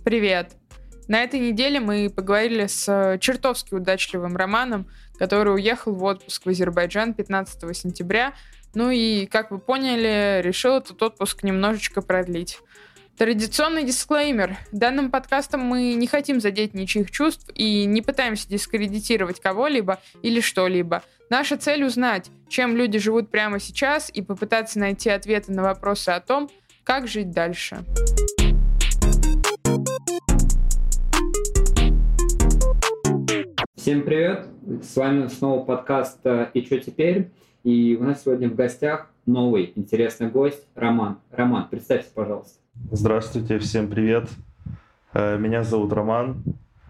Привет! На этой неделе мы поговорили с чертовски удачливым Романом, который уехал в отпуск в Азербайджан 15 сентября. Ну и, как вы поняли, решил этот отпуск немножечко продлить. Традиционный дисклеймер. Данным подкастом мы не хотим задеть ничьих чувств и не пытаемся дискредитировать кого-либо или что-либо. Наша цель узнать, чем люди живут прямо сейчас, и попытаться найти ответы на вопросы о том, как жить дальше. Всем привет! С вами снова подкаст «И чё теперь?». И у нас сегодня в гостях новый интересный гость Роман. Роман, представься, пожалуйста. Здравствуйте, всем привет. Меня зовут Роман.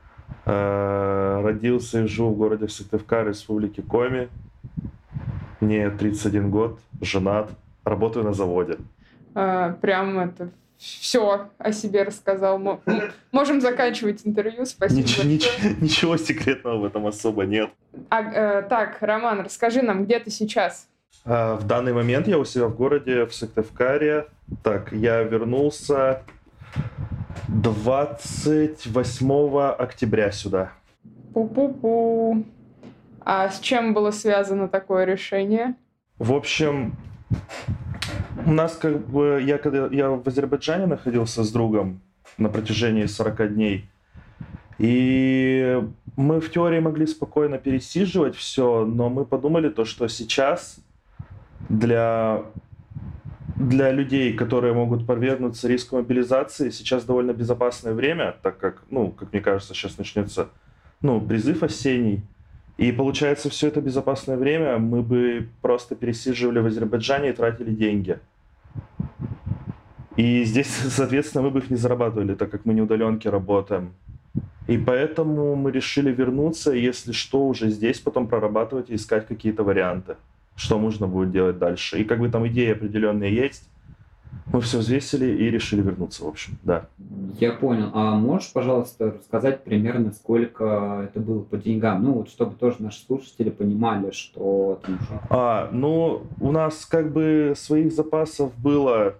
Родился и живу в городе Сыктывкар, Республике Коми. Мне 31 год, женат, работаю на заводе. Прям это все о себе рассказал. Можем заканчивать интервью, спасибо большое. Ничего секретного в этом особо нет. Так, Роман, расскажи нам, где ты сейчас? В данный момент я у себя в городе, в Сыктывкаре. Так, я вернулся 28 октября сюда. Пу-пу-пу. А с чем было связано такое решение? В общем, у нас я в Азербайджане находился с другом на протяжении 40 дней. И мы в теории могли спокойно пересиживать все, но мы подумали то, что сейчас для людей, которые могут подвергнуться риску мобилизации, сейчас довольно безопасное время, так как, как мне кажется, сейчас начнется призыв осенний. И получается, все это безопасное время мы бы просто пересиживали в Азербайджане и тратили деньги. И здесь, соответственно, мы бы их не зарабатывали, так как мы не удаленки работаем. И поэтому мы решили вернуться, если что, уже здесь потом прорабатывать и искать какие-то варианты, что можно будет делать дальше. И там идеи определенные есть. Мы все взвесили и решили вернуться, в общем, да. Я понял. А можешь, пожалуйста, рассказать примерно, сколько это было по деньгам? Чтобы тоже наши слушатели понимали, что там уже... У нас своих запасов было...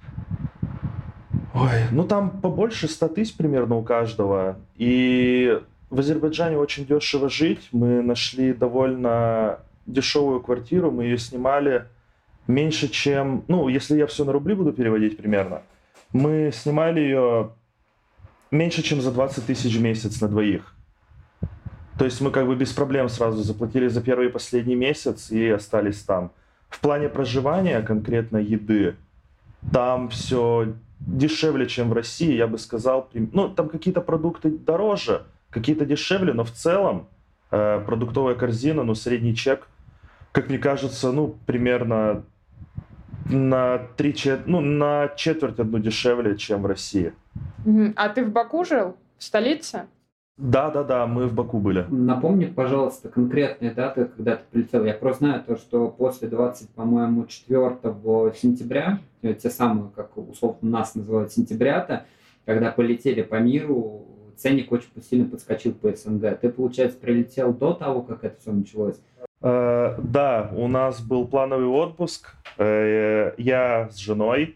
там побольше 100 тысяч примерно у каждого. И в Азербайджане очень дешево жить. Мы нашли довольно дешевую квартиру, мы ее снимали меньше, чем... если я все на рубли буду переводить примерно, мы снимали ее меньше, чем за 20 тысяч в месяц на двоих. То есть мы без проблем сразу заплатили за первый и последний месяц и остались там. В плане проживания, конкретно еды, там все дешевле, чем в России, я бы сказал. Там какие-то продукты дороже, какие-то дешевле, но в целом продуктовая корзина, средний чек, как мне кажется, примерно на четверть одну дешевле, чем в России. А ты в Баку жил? В столице? Да, мы в Баку были. Напомни, пожалуйста, конкретные даты, когда ты прилетел. Я просто знаю то, что после 24 сентября, те самые, как условно нас называют сентября-то, когда полетели по миру, ценник очень сильно подскочил по СНГ. Ты, получается, прилетел до того, как это все началось? Да, у нас был плановый отпуск. Я с женой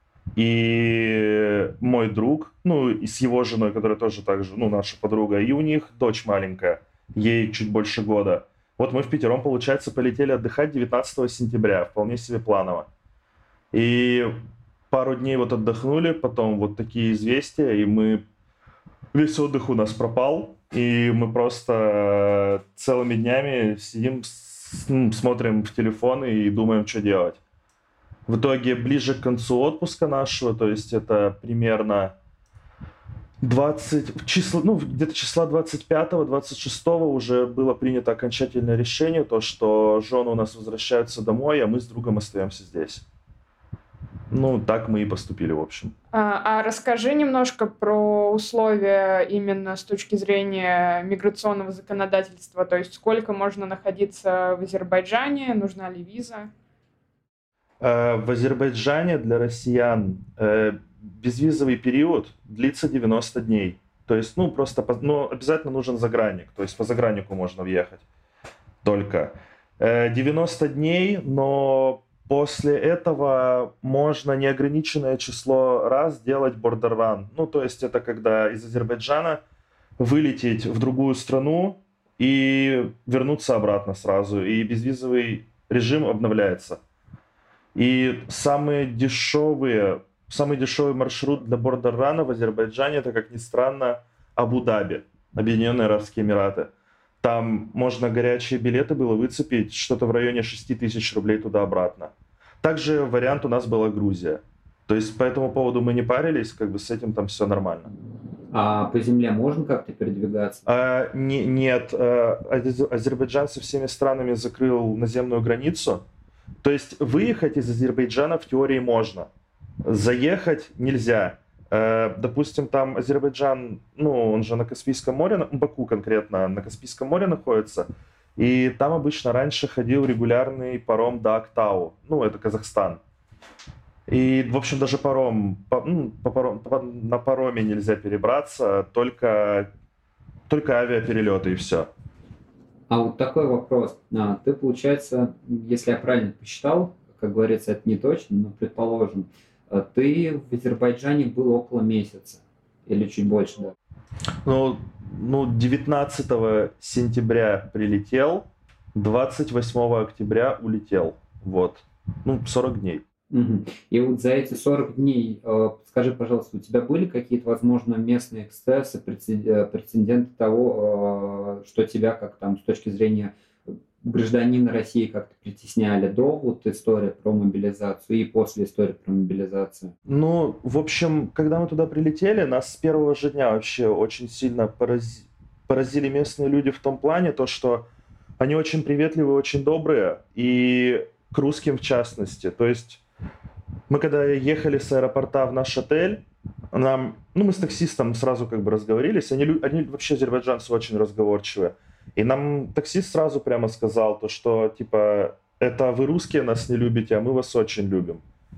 и мой друг, и с его женой, которая тоже так же, наша подруга, и у них дочь маленькая, ей чуть больше года. Вот мы впятером, получается, полетели отдыхать 19 сентября, вполне себе планово. И пару дней отдохнули, потом такие известия, и весь отдых у нас пропал, и мы просто целыми днями сидим, смотрим в телефон и думаем, что делать. В итоге ближе к концу отпуска нашего, то есть это примерно где-то числа 25-26 уже было принято окончательное решение, то, что жены у нас возвращаются домой, а мы с другом остаемся здесь. Так мы и поступили, в общем. А расскажи немножко про условия именно с точки зрения миграционного законодательства. То есть сколько можно находиться в Азербайджане, нужна ли виза? В Азербайджане для россиян безвизовый период длится 90 дней. То есть, обязательно нужен загранник. То есть по заграннику можно въехать только. 90 дней, но после этого можно неограниченное число раз делать border run. Ну, то есть это когда из Азербайджана вылететь в другую страну и вернуться обратно сразу. И безвизовый режим обновляется. И самый дешевый маршрут для border run в Азербайджане, это, как ни странно, Абу-Даби, Объединенные Арабские Эмираты. Там можно горячие билеты было выцепить, что-то в районе 6 тысяч рублей туда-обратно. Также вариант у нас была Грузия. То есть по этому поводу мы не парились, как бы с этим там все нормально. А по земле можно как-то передвигаться? Нет, Азербайджан со всеми странами закрыл наземную границу. То есть выехать из Азербайджана в теории можно, заехать нельзя. Допустим, там Азербайджан, ну, он же на Каспийском море, Баку конкретно, на Каспийском море находится, и там обычно раньше ходил регулярный паром до Актау, ну, это Казахстан. И, в общем, даже на пароме нельзя перебраться, только авиаперелеты и все. А вот такой вопрос. Ты, получается, если я правильно посчитал, как говорится, это не точно, но предположим, ты в Азербайджане был около месяца или чуть больше, да? Ну, 19 сентября прилетел, 28 октября улетел. Вот. 40 дней. Угу. И вот за эти 40 дней, скажи, пожалуйста, у тебя были какие-то, возможно, местные эксцессы, прецеденты того, что тебя как там с точки зрения гражданина России как-то притесняли до вот истории про мобилизацию и после истории про мобилизацию? Ну, в общем, когда мы туда прилетели, нас с первого же дня вообще очень сильно поразили местные люди в том плане, то, что они очень приветливые, очень добрые, и к русским в частности. То есть мы когда ехали с аэропорта в наш отель, мы с таксистом сразу как бы разговорились, они вообще азербайджанцы очень разговорчивые. И нам таксист сразу прямо сказал, то, что типа это вы русские нас не любите, а мы вас очень любим.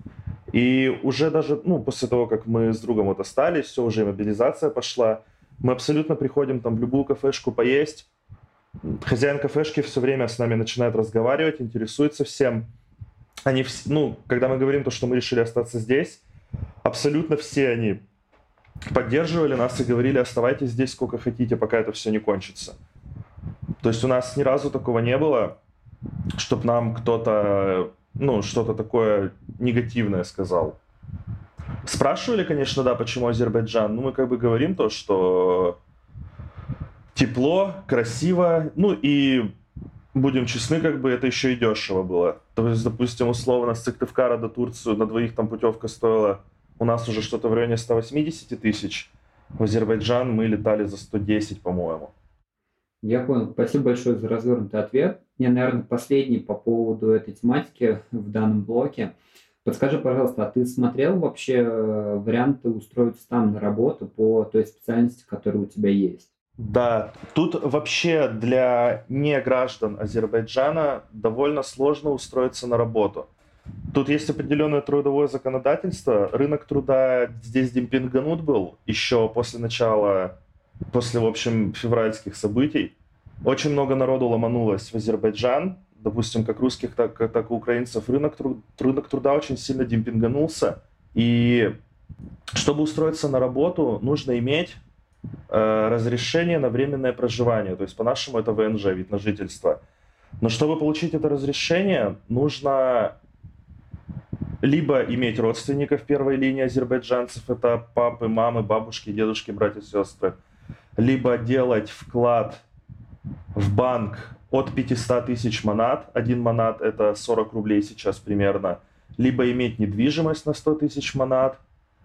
И уже даже после того, как мы с другом вот остались, все, уже мобилизация пошла, мы абсолютно приходим там в любую кафешку поесть. Хозяин кафешки все время с нами начинает разговаривать, интересуется всем. Они, когда мы говорим то, что мы решили остаться здесь, абсолютно все они поддерживали нас и говорили: оставайтесь здесь сколько хотите, пока это все не кончится. То есть у нас ни разу такого не было, чтобы нам кто-то, что-то такое негативное сказал. Спрашивали, конечно, да, почему Азербайджан. Мы как бы говорим то, что тепло, красиво, и будем честны, как бы это еще и дешево было. То есть, допустим, условно, с Сыктывкара до Турции на двоих там путевка стоила у нас уже что-то в районе 180 тысяч. В Азербайджан мы летали за 110, по-моему. Я понял. Спасибо большое за развернутый ответ. Мне, наверное, последний по поводу этой тематики в данном блоке. Подскажи, пожалуйста, а ты смотрел вообще варианты устроиться там на работу по той специальности, которая у тебя есть? Да, тут вообще для неграждан Азербайджана довольно сложно устроиться на работу. Тут есть определенное трудовое законодательство. Рынок труда здесь демпинганут был еще после, в общем, февральских событий. Очень много народу ломанулось в Азербайджан, допустим, как русских, так и украинцев. Рынок труда очень сильно демпинганулся. И чтобы устроиться на работу, нужно иметь разрешение на временное проживание. То есть по-нашему это ВНЖ, вид на жительство. Но чтобы получить это разрешение, нужно либо иметь родственников первой линии азербайджанцев, это папы, мамы, бабушки, дедушки, братья, сестры, либо делать вклад в банк от 500 тысяч манат, 1 манат это 40 рублей сейчас примерно, либо иметь недвижимость на 100 тысяч манат.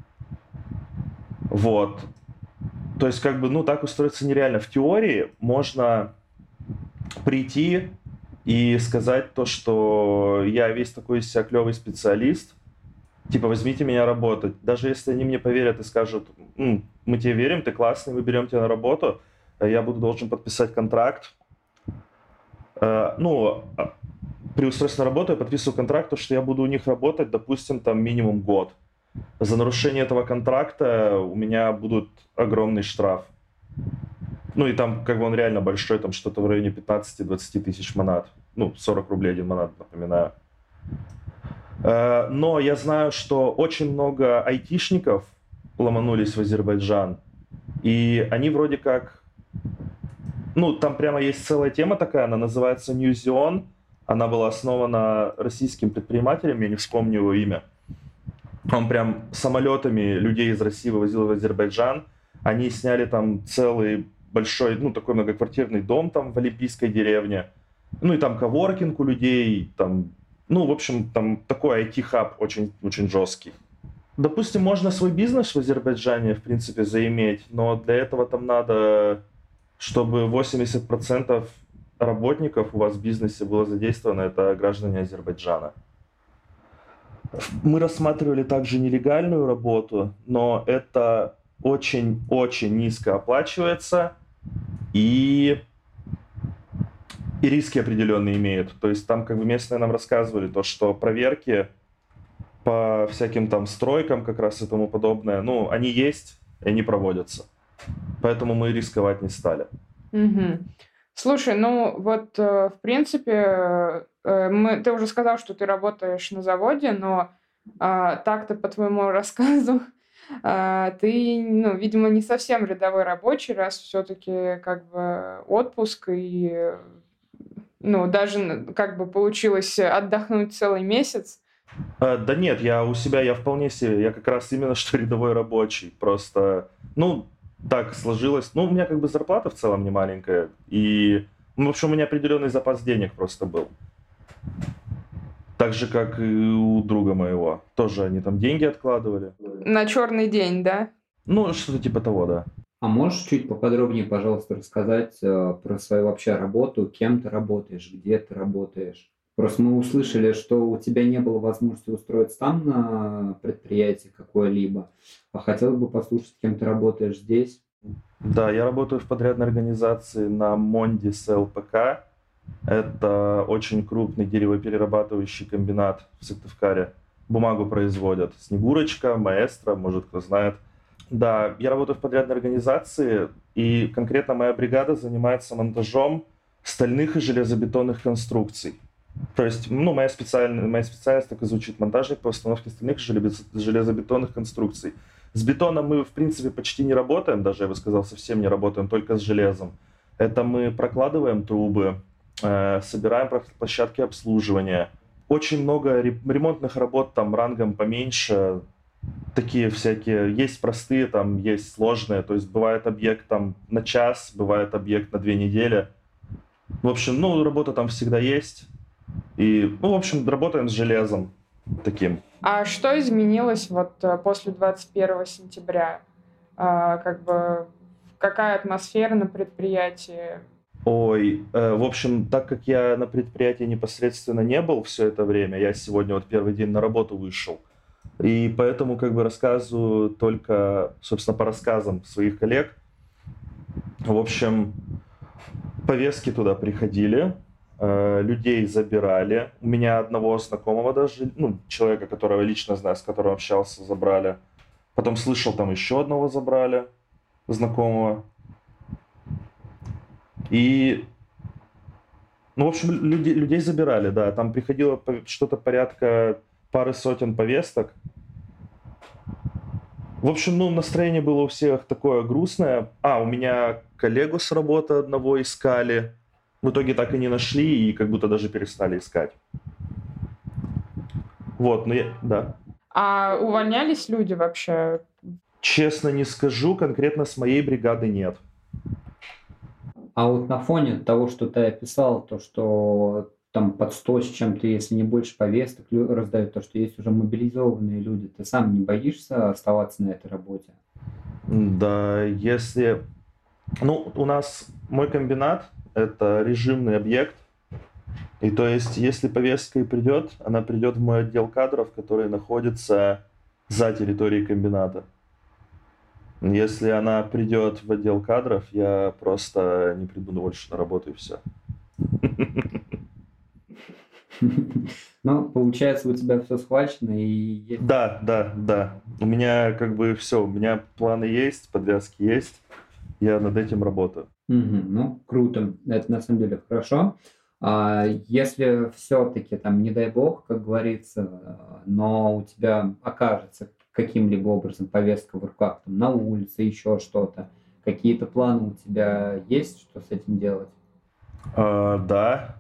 Вот. То есть, как бы, так устроиться нереально. В теории можно прийти и сказать то, что я весь такой из себя клевый специалист, типа, возьмите меня работать. Даже если они мне поверят и скажут: мы тебе верим, ты классный, мы берем тебя на работу, я должен подписать контракт. При устройстве на работу я подписываю контракт, что я буду у них работать, допустим, там минимум год. За нарушение этого контракта у меня будет огромный штраф. И там как бы он реально большой, там что-то в районе 15-20 тысяч манат. 40 рублей 1 манат, напоминаю. Но я знаю, что очень много айтишников ломанулись в Азербайджан, и они вроде как... Ну, там прямо есть целая тема такая, она называется Newzion. Она была основана российским предпринимателем, я не вспомню его имя. Он прям самолетами людей из России вывозил в Азербайджан. Они сняли там целый большой, ну, такой многоквартирный дом там в Олимпийской деревне. Ну, и там коворкинг у людей, там, ну, в общем, там такой IT-хаб очень, очень жесткий. Допустим, можно свой бизнес в Азербайджане, в принципе, заиметь, но для этого там надо, чтобы 80% работников у вас в бизнесе было задействовано, это граждане Азербайджана. Мы рассматривали также нелегальную работу, но это очень-очень низко оплачивается и риски определенные имеют. То есть там как бы местные нам рассказывали то, что проверки по всяким там стройкам как раз и тому подобное, ну, они есть, и они проводятся. Поэтому мы рисковать не стали. Угу. Слушай, ну вот, в принципе, ты уже сказал, что ты работаешь на заводе, но так-то по твоему рассказу ты, ну, видимо, не совсем рядовой рабочий, раз все-таки как бы отпуск и, ну, даже как бы получилось отдохнуть целый месяц. Да нет, я вполне себе, я как раз именно что рядовой рабочий, просто, ну, так сложилось. Ну, у меня как бы зарплата в целом не маленькая, и, ну, в общем, у меня определенный запас денег просто был. Так же, как и у друга моего. Тоже они там деньги откладывали. На черный день, да? Ну, что-то типа того, да. А можешь чуть поподробнее, пожалуйста, рассказать про свою вообще работу, кем ты работаешь, где ты работаешь? Просто мы услышали, что у тебя не было возможности устроиться там на предприятии какое-либо, а хотелось бы послушать, кем ты работаешь здесь. Да, я работаю в подрядной организации на Мондис ЛПК. Это очень крупный деревоперерабатывающий комбинат в Сыктывкаре. Бумагу производят. Снегурочка, Маэстро, может, кто знает. Да, я работаю в подрядной организации, и конкретно моя бригада занимается монтажом стальных и железобетонных конструкций. То есть, ну, моя специальность так и звучит: монтажник по установке стальных и железобетонных конструкций. С бетоном мы, в принципе, почти не работаем, даже, я бы сказал, совсем не работаем, только с железом. Это мы прокладываем трубы, собираем площадки обслуживания. Очень много ремонтных работ там рангом поменьше, такие всякие. Есть простые, там есть сложные. То есть бывает объект там на час, бывает объект на 2 недели. В общем, ну, работа там всегда есть. И, ну, в общем, работаем с железом таким. А что изменилось вот после 21 сентября? Как бы какая атмосфера на предприятии? Ой, в общем, так как я на предприятии непосредственно не был все это время, я сегодня вот первый день на работу вышел, и поэтому как бы рассказываю только, собственно, по рассказам своих коллег. В общем, повестки туда приходили, людей забирали. У меня одного знакомого даже, ну, человека, которого лично знаю, с которым общался, забрали. Потом слышал, там еще одного забрали, знакомого. И, ну, в общем, людей забирали, да. Там приходило что-то порядка пары сотен повесток. В общем, ну, настроение было у всех такое грустное. У меня коллегу с работы одного искали. В итоге так и не нашли, и как будто даже перестали искать. Вот, ну да. А увольнялись люди вообще? Честно не скажу, конкретно с моей бригады нет. А вот на фоне того, что ты описал, то, что там под 100 с чем-то, если не больше повесток раздают, то, что есть уже мобилизованные люди, ты сам не боишься оставаться на этой работе? Да, если... Ну, у нас мой комбинат — это режимный объект. И то есть, если повестка и придет, она придет в мой отдел кадров, который находится за территорией комбината. Если она придет в отдел кадров, я просто не приду больше на работу, и все. Ну, получается, у тебя все схвачено и... Да. У меня как бы все, у меня планы есть, подвязки есть. Я над этим работаю. Ну, круто. Это на самом деле хорошо. Если все-таки, там, не дай бог, как говорится, но у тебя окажется каким-либо образом повестка в руках, там, на улице, еще что-то, какие-то планы у тебя есть, что с этим делать? Да,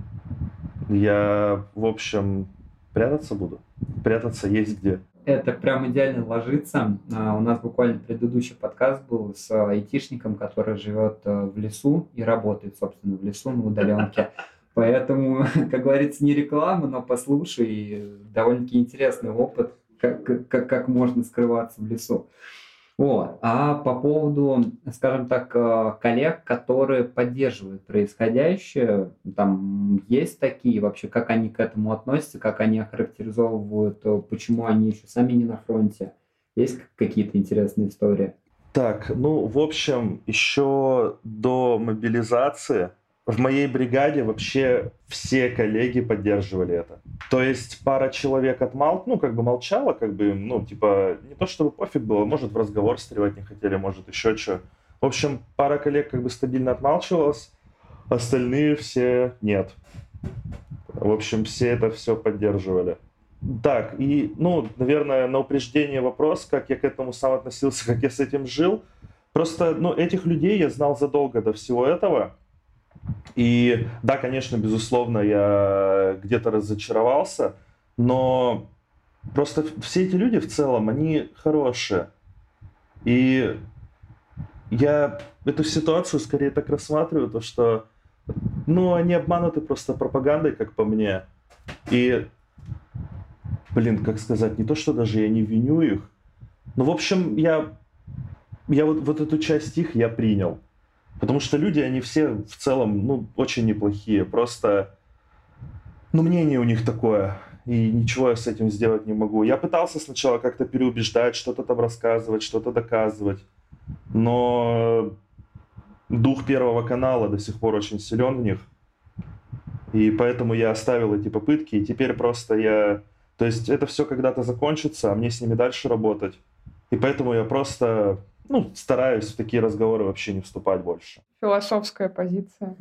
я, в общем, прятаться буду. Прятаться есть где. Это прям идеально ложится. У нас буквально предыдущий подкаст был с айтишником, который живет в лесу и работает, собственно, в лесу на удаленке. Поэтому, как говорится, не реклама, но послушай, довольно-таки интересный опыт, как можно скрываться в лесу. Вот. А по поводу, скажем так, коллег, которые поддерживают происходящее, там есть такие вообще, как они к этому относятся, как они охарактеризовывают, почему они еще сами не на фронте? Есть какие-то интересные истории? Так, ну, в общем, еще до мобилизации в моей бригаде вообще все коллеги поддерживали это. То есть пара человек молчала, типа, не то чтобы пофиг было, может, в разговор встревать не хотели, может, еще что. В общем, пара коллег стабильно отмалчивалась, остальные все нет. В общем, все это все поддерживали. Так, и, наверное, на упреждение вопрос, как я к этому сам относился, как я с этим жил. Просто, этих людей я знал задолго до всего этого. И да, конечно, безусловно, я где-то разочаровался, но просто все эти люди в целом, они хорошие. И я эту ситуацию скорее так рассматриваю, то что, они обмануты просто пропагандой, как по мне. И, как сказать, не то, что даже я не виню их, но, в общем, я вот эту часть их я принял. Потому что люди, они все в целом, очень неплохие. Просто, мнение у них такое, и ничего я с этим сделать не могу. Я пытался сначала как-то переубеждать, что-то там рассказывать, что-то доказывать. Но дух Первого канала до сих пор очень силен в них. И поэтому я оставил эти попытки, и теперь просто То есть это все когда-то закончится, а мне с ними дальше работать. И поэтому я просто... стараюсь в такие разговоры вообще не вступать больше. Философская позиция.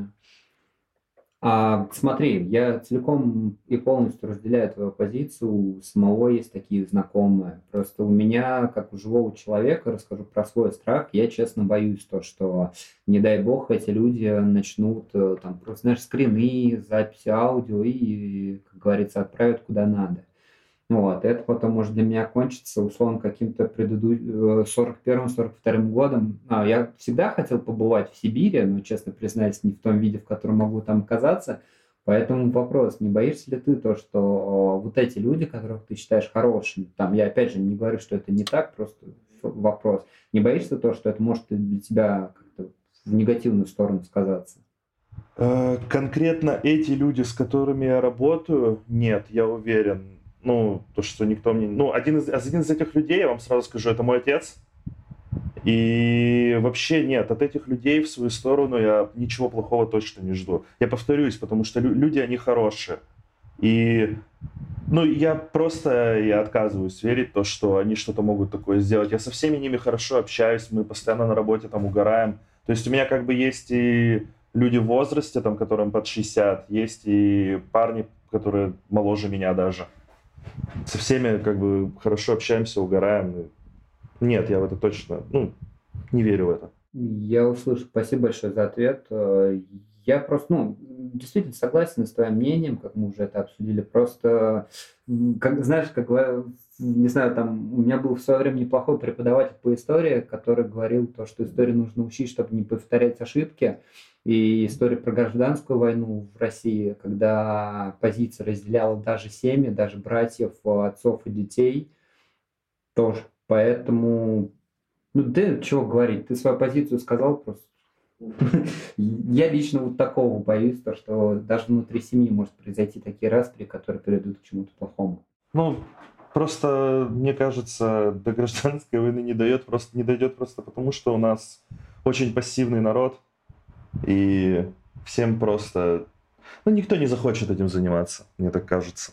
Смотри, я целиком и полностью разделяю твою позицию. У самого есть такие знакомые. Просто у меня, как у живого человека, расскажу про свой страх. Я, честно, боюсь что, не дай бог, эти люди начнут там просто, знаешь, скрины, записи аудио и, как говорится, отправят куда надо. Вот, это потом может для меня кончиться, условно, каким-то 41-42 годом. Я всегда хотел побывать в Сибири, но, честно признаюсь, не в том виде, в котором могу там оказаться. Поэтому вопрос, не боишься ли ты то, что вот эти люди, которых ты считаешь хорошими, там, я опять же не говорю, что это не так, просто вопрос, не боишься то, что это может для тебя как-то в негативную сторону сказаться? Конкретно эти люди, с которыми я работаю, нет, я уверен. То, что никто мне... один из этих людей, я вам сразу скажу, это мой отец. И вообще нет, от этих людей в свою сторону я ничего плохого точно не жду. Я повторюсь, потому что люди, они хорошие. И, я отказываюсь верить в то, что они что-то могут такое сделать. Я со всеми ними хорошо общаюсь, мы постоянно на работе там угораем. То есть у меня есть и люди в возрасте, там, которым под 60, есть и парни, которые моложе меня даже. Со всеми хорошо общаемся, угораем. Нет, я в это точно, не верю в это. Я услышал. Спасибо большое за ответ. Я просто, действительно согласен с твоим мнением, как мы уже это обсудили. Просто, не знаю, там, у меня был в свое время неплохой преподаватель по истории, который говорил то, что историю нужно учить, чтобы не повторять ошибки. И история про гражданскую войну в России, когда позиция разделяла даже семьи, даже братьев, отцов и детей, тоже. Поэтому, ты чего говорить, ты свою позицию сказал просто. Я лично вот такого боюсь, то, что даже внутри семьи может произойти такие распри, которые приведут к чему-то плохому. Просто, мне кажется, до гражданской войны не дойдет просто потому, что у нас очень пассивный народ. И всем просто... никто не захочет этим заниматься, мне так кажется.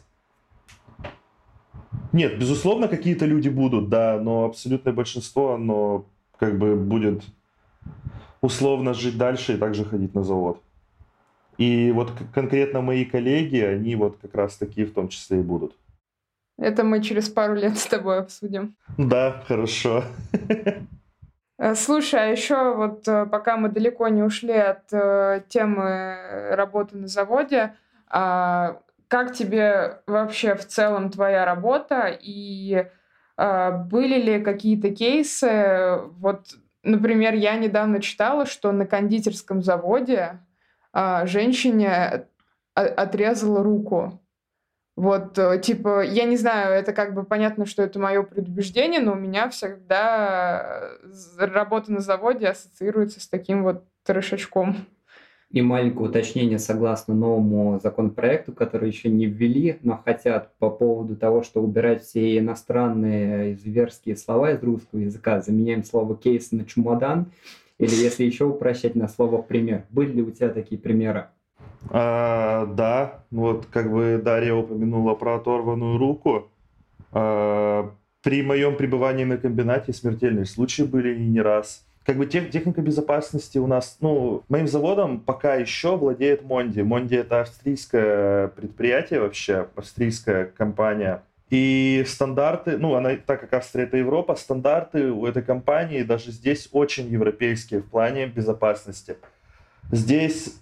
Нет, безусловно, какие-то люди будут, да, но абсолютное большинство, оно будет условно жить дальше и также ходить на завод. И вот конкретно мои коллеги, они вот как раз такие в том числе и будут. Это мы через пару лет с тобой обсудим. Да, хорошо. Слушай, а еще вот пока мы далеко не ушли от темы работы на заводе, как тебе вообще в целом твоя работа и были ли какие-то кейсы? Вот, например, я недавно читала, что на кондитерском заводе женщине отрезала руку. Вот, типа, я не знаю, это как бы понятно, что это мое предубеждение, но у меня всегда работа на заводе ассоциируется с таким вот трешачком. И маленькое уточнение согласно новому законопроекту, который еще не ввели, но хотят по поводу того, что убирать все иностранные зверские слова из русского языка, заменяем слово «кейс» на «чемодан», или если еще упрощать на слово «пример». Были ли у тебя такие примеры? Да, вот как бы Дарья упомянула про оторванную руку. При моем пребывании на комбинате смертельные случаи были и не раз. Как бы техника безопасности у нас, моим заводом пока еще владеет Монди. Монди — это австрийское предприятие вообще, австрийская компания. И стандарты, так как Австрия — это Европа, стандарты у этой компании даже здесь очень европейские в плане безопасности. Здесь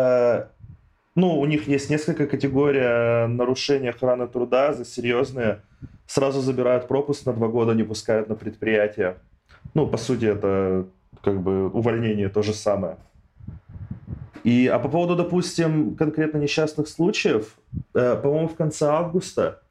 у них есть несколько категорий нарушений охраны труда за серьезные. Сразу забирают пропуск на 2 года, не пускают на предприятие. По сути, это как бы увольнение то же самое. А по поводу, допустим, конкретно несчастных случаев, по-моему, в конце августа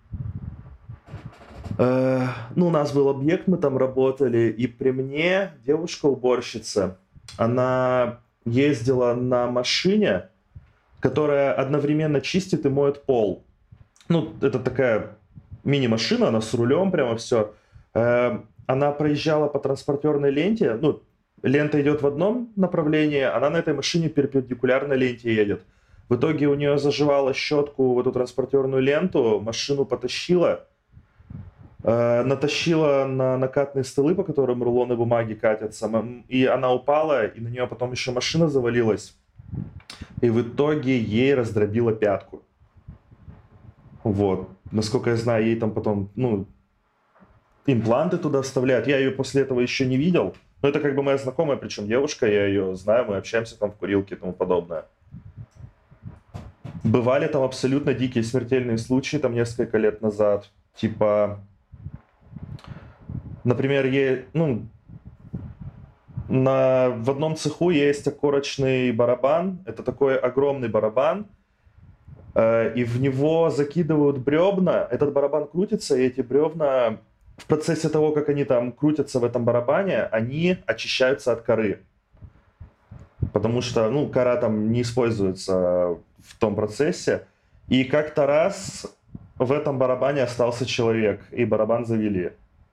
у нас был объект, мы там работали, и при мне девушка-уборщица, она ездила на машине, которая одновременно чистит и моет пол. Это такая мини-машина, она с рулем прямо все. Она проезжала по транспортерной ленте, лента идет в одном направлении, она на этой машине перпендикулярно ленте едет. В итоге у нее заживала щетку в эту транспортерную ленту, машину потащила, натащила на накатные столы, по которым рулоны бумаги катятся, и она упала, и на нее потом еще машина завалилась. И в итоге ей раздробило пятку. Вот. Насколько я знаю, ей там потом, импланты туда вставляют. Я ее после этого еще не видел. Но это как бы моя знакомая, причем девушка, я ее знаю, мы общаемся там в курилке и тому подобное. Бывали там абсолютно дикие смертельные случаи, там несколько лет назад. Типа, например, в одном цеху есть окорочный барабан. Это такой огромный барабан. И в него закидывают бревна. Этот барабан крутится, и эти бревна в процессе того, как они там крутятся в этом барабане, они очищаются от коры. Потому что, кора там не используется в том процессе. И как-то раз в этом барабане остался человек, и барабан завели.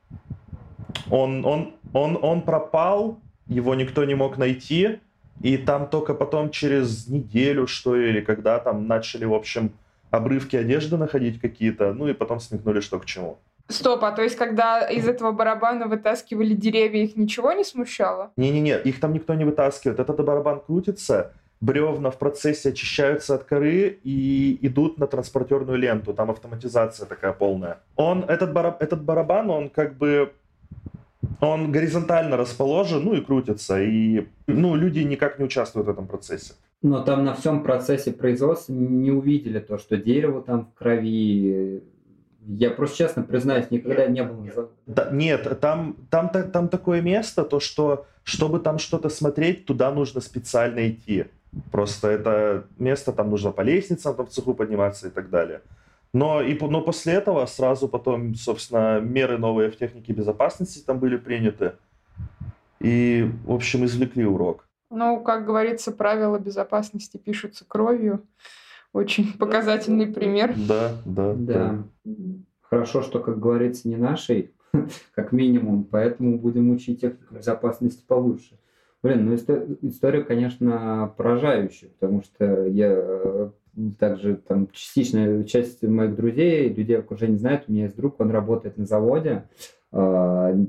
Он пропал, его никто не мог найти, и там только потом через неделю, что ли, или когда там начали, в общем, обрывки одежды находить какие-то, и потом смекнули, что к чему. Стоп, то есть, когда из этого барабана вытаскивали деревья, их ничего не смущало? Не-не-не, их там никто не вытаскивает. Этот барабан крутится, бревна в процессе очищаются от коры и идут на транспортерную ленту. Там автоматизация такая полная. Этот барабан, он как бы... Он горизонтально расположен, и крутится. И, люди никак не участвуют в этом процессе. Но там на всем процессе производства не увидели то, что дерево там в крови. Я просто честно признаюсь, никогда не был. Нет, там такое место, то что, чтобы там что-то смотреть, туда нужно специально идти. Просто это место, там нужно по лестницам там в цеху подниматься и так далее. Но после этого сразу потом, собственно, меры новые в технике безопасности там были приняты. И, в общем, извлекли урок. Как говорится, правила безопасности пишутся кровью. Очень показательный пример. Да. Хорошо, что, как говорится, не нашей, как минимум, поэтому будем учить технику безопасности получше. История, конечно, поражающая, потому что я также там часть моих друзей, людей в окружении знают, у меня есть друг, он работает на заводе,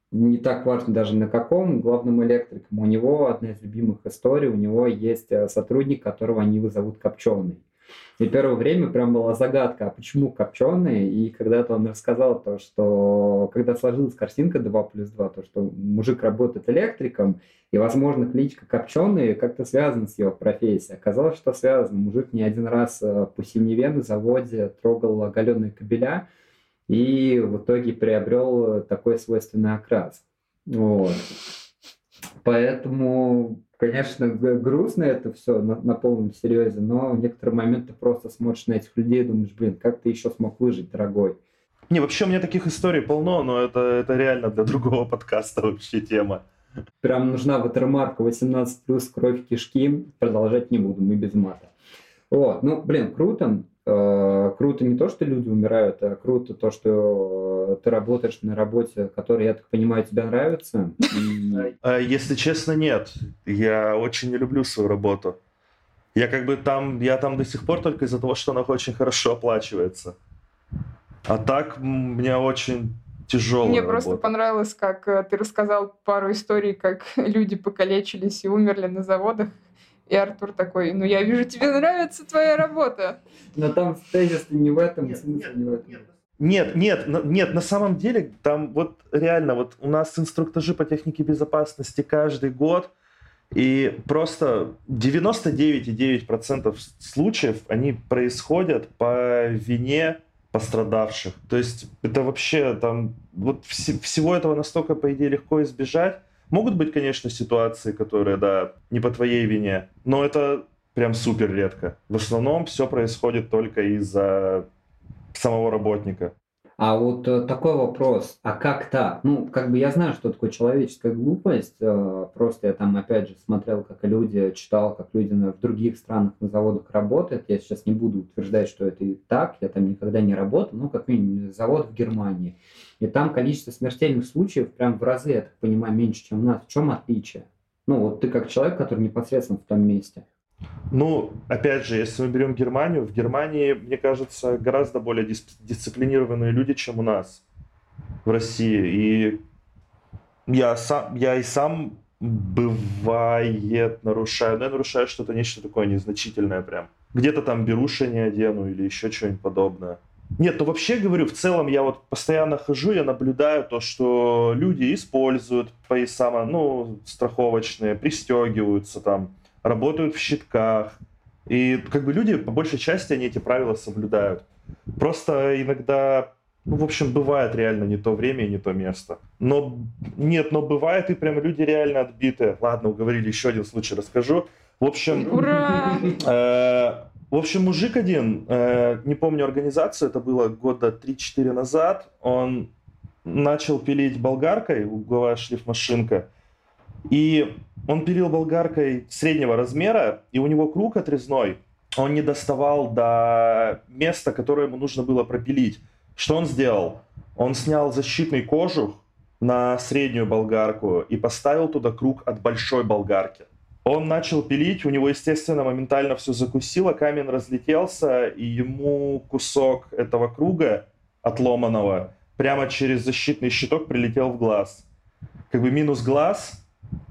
не так важно даже на каком, главным электриком. У него одна из любимых историй, у него есть сотрудник, которого они его зовут Копченый. И первое время прям была загадка, а почему Копченый? И когда-то он рассказал то, что когда сложилась картинка 2+2, то, что мужик работает электриком, и, возможно, кличка Копченый как-то связана с его профессией. Оказалось, что связано. Мужик не один раз по Синеве на заводе трогал оголенные кабеля, и в итоге приобрел такой свойственный окрас. Вот. Поэтому, конечно, грустно это все на полном серьезе, но в некоторые моменты просто смотришь на этих людей и думаешь, блин, как ты еще смог выжить, дорогой? Не, вообще у меня таких историй полно, но это реально для другого подкаста вообще тема. Прям нужна ватермарка 18+, кровь, кишки. Продолжать не буду, мы без мата. Вот, ну, блин, круто. Круто не то, что люди умирают, а круто то, что ты работаешь на работе, которая, я так понимаю, тебе нравится. Если честно, нет. Я очень не люблю свою работу. Я там до сих пор только из-за того, что она очень хорошо оплачивается. А так мне очень тяжелая Мне работа. просто понравилось, как ты рассказал пару историй, как люди покалечились и умерли на заводах. И Артур такой, ну я вижу, тебе нравится твоя работа. Но там тезис не в этом, смысл не в этом. Нет, на самом деле, там вот реально, вот у нас инструктажи по технике безопасности каждый год, и просто 99,9% случаев, они происходят по вине пострадавших. То есть это вообще там, вот всего этого настолько, по идее, легко избежать. Могут быть, конечно, ситуации, которые, да, не по твоей вине, но это прям супер редко. В основном все происходит только из-за самого работника. А вот такой вопрос, а как так? Ну, как бы я знаю, что такое человеческая глупость, просто я там, опять же, смотрел, как люди, читал, как люди в других странах на заводах работают. Я сейчас не буду утверждать, что это и так, я там никогда не работал, ну, как минимум, завод в Германии. И там количество смертельных случаев прям в разы, я так понимаю, меньше, чем у нас. В чем отличие? Ну, вот ты как человек, который непосредственно в том месте. Ну, опять же, если мы берем Германию, в Германии, мне кажется, гораздо более дисциплинированные люди, чем у нас в России. И я и сам бывает нарушаю, но я нарушаю что-то, нечто такое незначительное прям. Где-то там беруши не одену или еще что-нибудь подобное. Нет, ну вообще говорю, в целом я вот постоянно хожу, я наблюдаю то, что люди используют пояса, ну, страховочные, пристегиваются там, работают в щитках. И как бы люди, по большей части, они эти правила соблюдают. Просто иногда, ну, в общем, бывает реально не то время и не то место. Но бывает и прям люди реально отбитые. Ладно, уговорили, еще один случай расскажу. В общем... Ура! В общем, мужик один, не помню организацию, это было года 3-4 назад, он начал пилить болгаркой, угловая шлифмашинка, и он пилил болгаркой среднего размера, и у него круг отрезной, он не доставал до места, которое ему нужно было пропилить. Что он сделал? Он снял защитный кожух на среднюю болгарку и поставил туда круг от большой болгарки. Он начал пилить, у него, естественно, моментально все закусило, камень разлетелся, и ему кусок этого круга отломанного прямо через защитный щиток прилетел в глаз. Как бы минус глаз,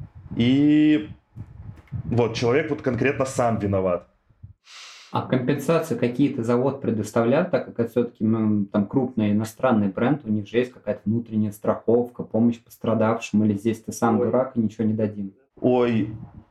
и вот человек вот конкретно сам виноват. А компенсации какие-то завод предоставляет, так как это все-таки там крупный иностранный бренд, у них же есть какая-то внутренняя страховка, помощь пострадавшим, или здесь ты сам дурак и ничего не дадим? Ой,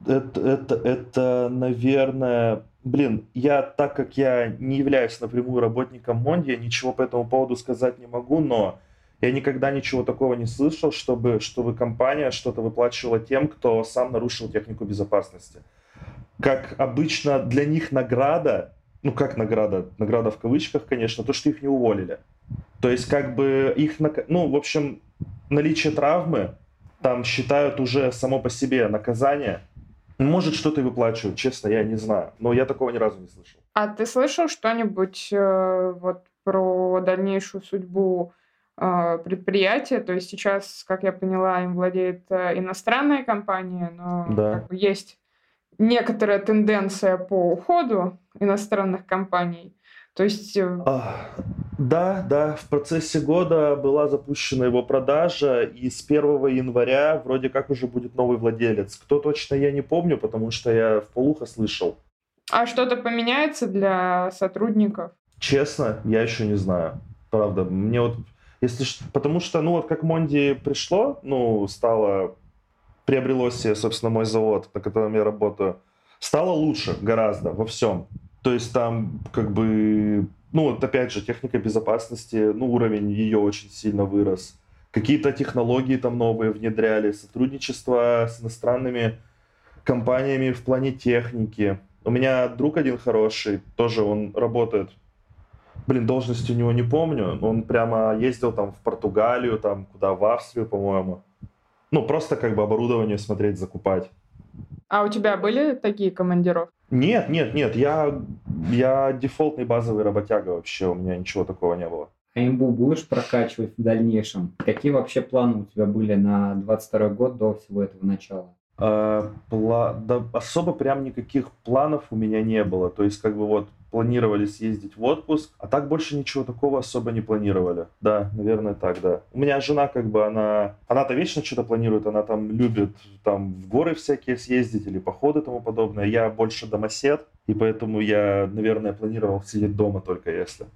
это, наверное... Блин, так как я не являюсь напрямую работником Монди, я ничего по этому поводу сказать не могу, но я никогда ничего такого не слышал, чтобы компания что-то выплачивала тем, кто сам нарушил технику безопасности. Как обычно для них награда, ну как награда в кавычках, конечно, то, что их не уволили. То есть как бы их, ну в общем, наличие травмы там считают уже само по себе наказание. Может, что-то и выплачивают, честно, я не знаю. Но я такого ни разу не слышал. А ты слышал что-нибудь вот про дальнейшую судьбу предприятия? То есть сейчас, как я поняла, им владеет иностранная компания, но как бы есть некоторая тенденция по уходу иностранных компаний. То есть... Да, в процессе года была запущена его продажа, и с 1 января вроде как уже будет новый владелец. Кто точно, я не помню, потому что я вполуха слышал. А что-то поменяется для сотрудников? Честно, я еще не знаю. Правда, мне вот, потому что, ну вот как Монди пришло, ну, приобрело себе, собственно, мой завод, на котором я работаю, стало лучше гораздо во всем. То есть там как бы, ну вот опять же, техника безопасности, ну уровень ее очень сильно вырос. Какие-то технологии там новые внедряли, сотрудничество с иностранными компаниями в плане техники. У меня друг один хороший, тоже он работает, должность у него не помню, он прямо ездил там в Португалию, там куда, в Австрию, по-моему. Ну, просто как бы оборудование смотреть, закупать. А у тебя были такие командировки? Нет, я дефолтный базовый работяга вообще, у меня ничего такого не было. А имбу будешь прокачивать в дальнейшем? Какие вообще планы у тебя были на 22 год до всего этого начала? Да, особо прям никаких планов у меня не было. То есть, как бы вот планировали съездить в отпуск, а так больше ничего такого особо не планировали. Да, наверное, так, да. У меня жена, как бы, она-то вечно что-то планирует, она там любит там в горы всякие съездить или походы и тому подобное. Я больше домосед, и поэтому я, наверное, планировал сидеть дома только если.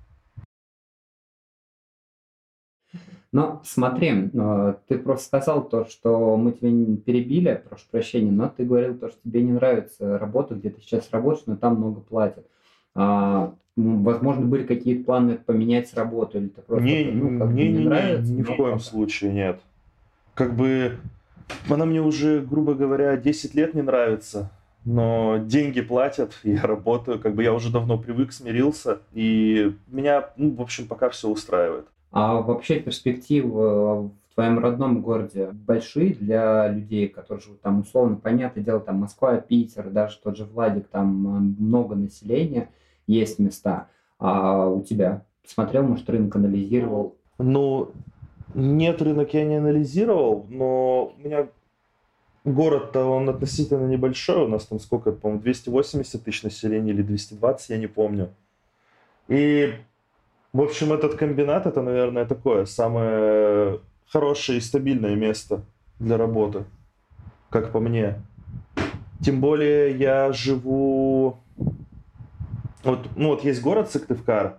Но смотри, ты просто сказал то, что мы тебя не перебили, прошу прощения, но ты говорил то, что тебе не нравится работа, где ты сейчас работаешь, но там много платят. Возможно, были какие-то планы поменять работу, или ты просто не нравится? Ни в коем случае нет. Как бы она мне уже, грубо говоря, 10 лет не нравится, но деньги платят, я работаю, как бы я уже давно привык, смирился, и меня, в общем, пока все устраивает. А вообще перспективы в твоем родном городе большие для людей, которые живут там, условно, понятное дело, там Москва, Питер, даже тот же Владик, там много населения, есть места. А у тебя? Смотрел, может, рынок анализировал? Ну, нет, рынок я не анализировал, но у меня город-то, он относительно небольшой, у нас там сколько, по-моему, 280 тысяч населения или 220, я не помню. И в общем, этот комбинат, это, наверное, такое самое хорошее и стабильное место для работы, как по мне. Тем более я живу... Вот есть город Сыктывкар,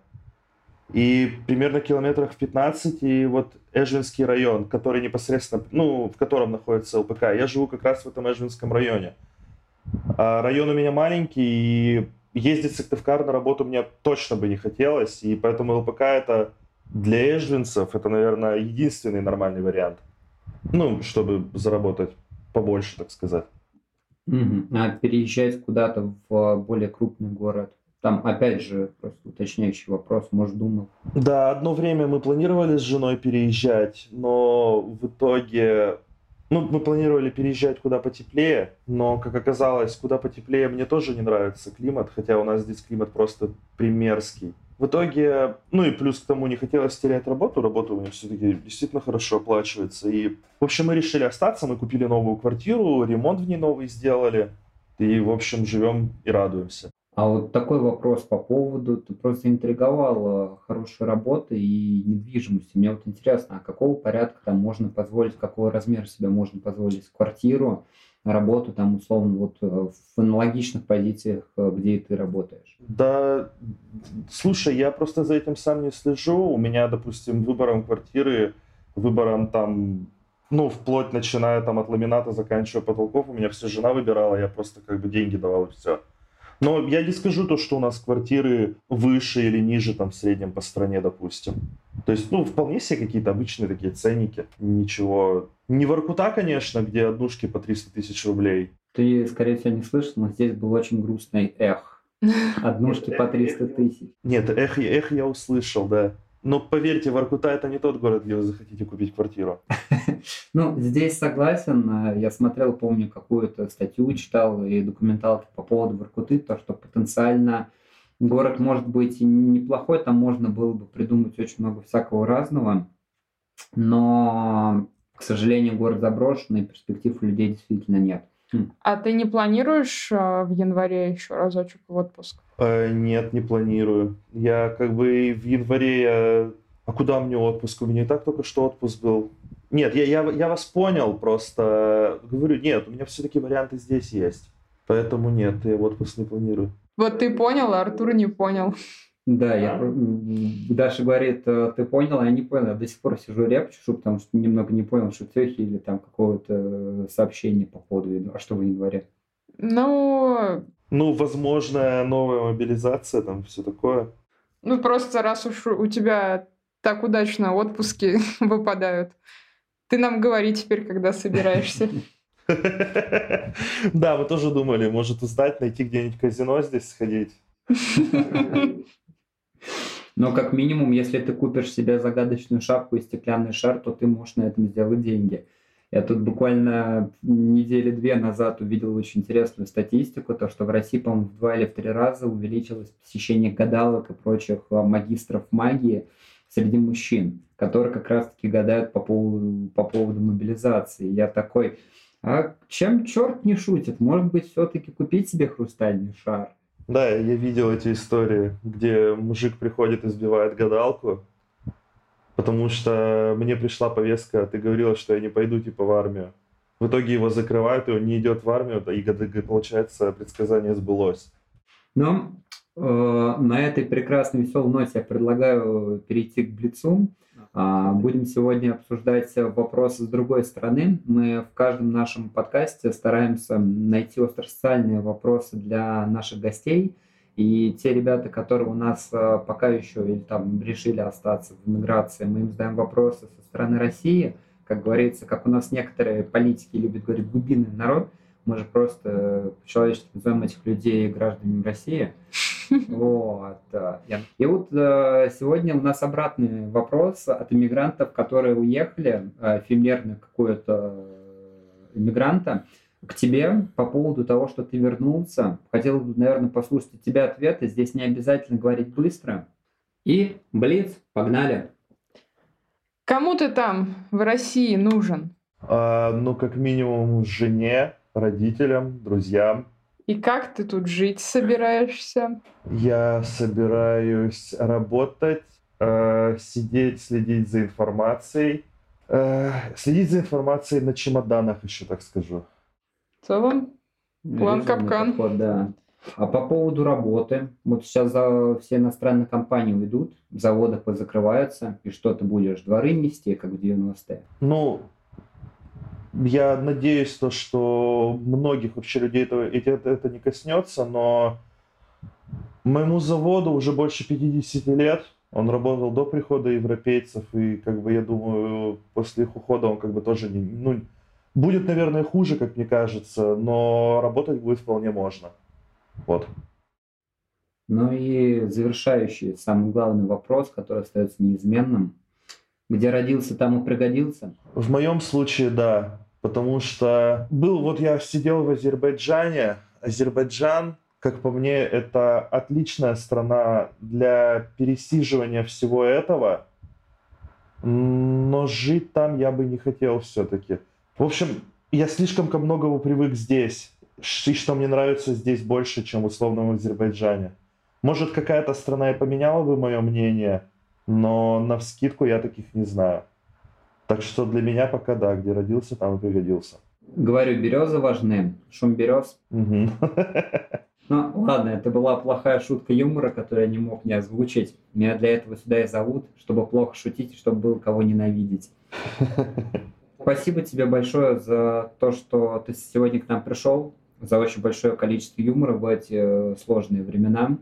и примерно километрах в 15, и вот Эжвинский район, который непосредственно, в котором находится ЛПК. Я живу как раз в этом Эжвинском районе. А район у меня маленький, и ездить в Сыктывкар на работу мне точно бы не хотелось, и поэтому ЛПК это для эжвинцев, это, наверное, единственный нормальный вариант. Чтобы заработать побольше, так сказать. А переезжать куда-то в более крупный город? Там, опять же, просто уточняющий вопрос, может, думал? Да, одно время мы планировали с женой переезжать, но в итоге... мы планировали переезжать куда потеплее, но, как оказалось, куда потеплее мне тоже не нравится климат, хотя у нас здесь климат просто примерский. В итоге, и плюс к тому не хотелось терять работу у меня все-таки действительно хорошо оплачивается. И, в общем, мы решили остаться, мы купили новую квартиру, ремонт в ней новый сделали, и, в общем, живем и радуемся. А вот такой вопрос по поводу, ты просто интриговал хорошей работы и недвижимости. Мне вот интересно, а какого порядка там можно позволить, какого размера себе можно позволить квартиру, работу там условно вот в аналогичных позициях, где и ты работаешь? Да, слушай, я просто за этим сам не слежу. У меня, допустим, выбором квартиры, выбором там, вплоть начиная там от ламината, заканчивая потолков, у меня все жена выбирала, я просто как бы деньги давал и все. Но я не скажу то, что у нас квартиры выше или ниже там в среднем по стране, допустим. То есть, вполне себе какие-то обычные такие ценники. Ничего. Не Воркута, конечно, где однушки по 300 тысяч рублей. Ты, скорее всего, не слышал, но здесь был очень грустный эх. Однушки по 300 тысяч. Нет, эх я услышал, да. Но поверьте, Воркута это не тот город, где вы захотите купить квартиру. Здесь согласен. Я смотрел, помню, какую-то статью читал и документалки по поводу Воркуты, то, что потенциально город может быть и неплохой, там можно было бы придумать очень много всякого разного, но, к сожалению, город заброшенный, перспектив у людей действительно нет. А ты не планируешь в январе еще разочек в отпуск? Нет, не планирую. Я как бы в январе... А куда мне отпуск? У меня и так только что отпуск был. Нет, я вас понял, просто говорю, нет, у меня все-таки варианты здесь есть. Поэтому нет, я в отпуск не планирую. Вот ты понял, а Артур не понял. Да, Даша говорит, ты понял, а я не понял. Я до сих пор сижу реп чешу, потому что немного не понял шутехи или там какого-то сообщения по поводу, а что в январе? Ну, возможно, новая мобилизация, там все такое. просто раз уж у тебя так удачно отпуски выпадают, ты нам говори теперь, когда собираешься. Да, мы тоже думали, может узнать, найти где-нибудь казино здесь сходить. Но как минимум, если ты купишь себе загадочную шапку и стеклянный шар, то ты можешь на этом сделать деньги. Я тут буквально недели 2 назад увидел очень интересную статистику, то что в России, по-моему, в 2 или в 3 раза увеличилось посещение гадалок и прочих магистров магии среди мужчин, которые как раз-таки гадают по поводу мобилизации. Я такой, а чем черт не шутит? Может быть, все-таки купить себе хрустальный шар? Да, я видел эти истории, где мужик приходит и сбивает гадалку, потому что мне пришла повестка, ты говорила, что я не пойду типа в армию. В итоге его закрывают, и он не идет в армию, и получается, предсказание сбылось. Но на этой прекрасной веселой ноте я предлагаю перейти к Блицу. Будем сегодня обсуждать вопросы с другой стороны. Мы в каждом нашем подкасте стараемся найти остросоциальные вопросы для наших гостей. И те ребята, которые у нас пока еще или там решили остаться в эмиграции, мы им задаем вопросы со стороны России. Как говорится, как у нас некоторые политики любят говорить, глубинный народ. Мы же просто по-человечески называем этих людей гражданами России. Вот. И вот сегодня у нас обратный вопрос от иммигрантов, которые уехали, эфемерно какого-то иммигранта, к тебе по поводу того, что ты вернулся. Хотел бы, наверное, послушать от тебя ответы. Здесь не обязательно говорить быстро. И блиц, погнали. Кому ты там в России нужен? Как минимум жене, родителям, друзьям. И как ты тут жить собираешься? Я собираюсь работать, сидеть, следить за информацией. Следить за информацией на чемоданах еще, так скажу. В целом, план капкан. Подход, да. А по поводу работы, вот сейчас все иностранные компании уйдут, заводы позакрываются, и что ты будешь, дворы нести, как в 90-е? Я надеюсь, что многих вообще людей это не коснется, но моему заводу уже больше 50 лет. Он работал до прихода европейцев, и я думаю, после их ухода он тоже будет, наверное, хуже, как мне кажется, но работать будет вполне можно. Вот. Ну и завершающий, самый главный вопрос, который остается неизменным. Где родился, там и пригодился? В моем случае, да. Потому что я сидел в Азербайджане. Азербайджан, как по мне, это отличная страна для пересиживания всего этого. Но жить там я бы не хотел все-таки. В общем, я слишком ко многому привык здесь. И что мне нравится здесь больше, чем условно в Азербайджане. Может, какая-то страна и поменяла бы мое мнение, но навскидку я таких не знаю. Так что для меня пока да, где родился, там и пригодился. Говорю, березы важны, шум берез. Угу. Ну, ладно, это была плохая шутка юмора, которую я не мог не озвучить. Меня для этого сюда и зовут, чтобы плохо шутить, чтобы было кого ненавидеть. Спасибо тебе большое за то, что ты сегодня к нам пришел, за очень большое количество юмора в эти сложные времена.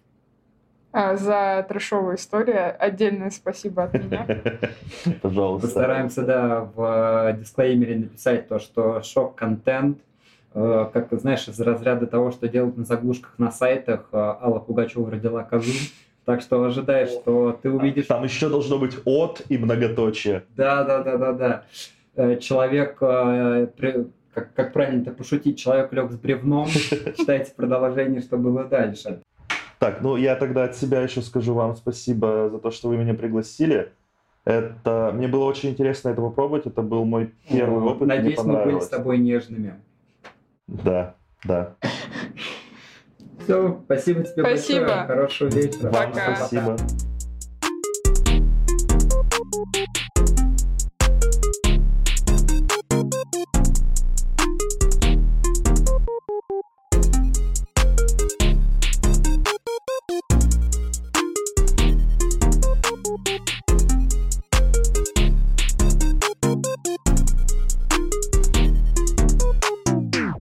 За трэшовую историю отдельное спасибо от меня. Пожалуйста. Постараемся, да, в дисклеймере написать то, что шок-контент, как ты знаешь, из разряда того, что делают на заглушках на сайтах, Алла Пугачева родила козу. Так что ожидай, что ты увидишь... Там еще должно быть от и многоточие. Да. Человек, как правильно это пошутить, человек лег с бревном. Читайте продолжение, что было дальше. Так, я тогда от себя еще скажу вам спасибо за то, что вы меня пригласили. Мне было очень интересно это попробовать. Это был мой первый опыт. Надеюсь, мы были с тобой нежными. Да, да. Все, спасибо тебе Спасибо. большое. Хорошего вечера. Вам Пока. спасибо.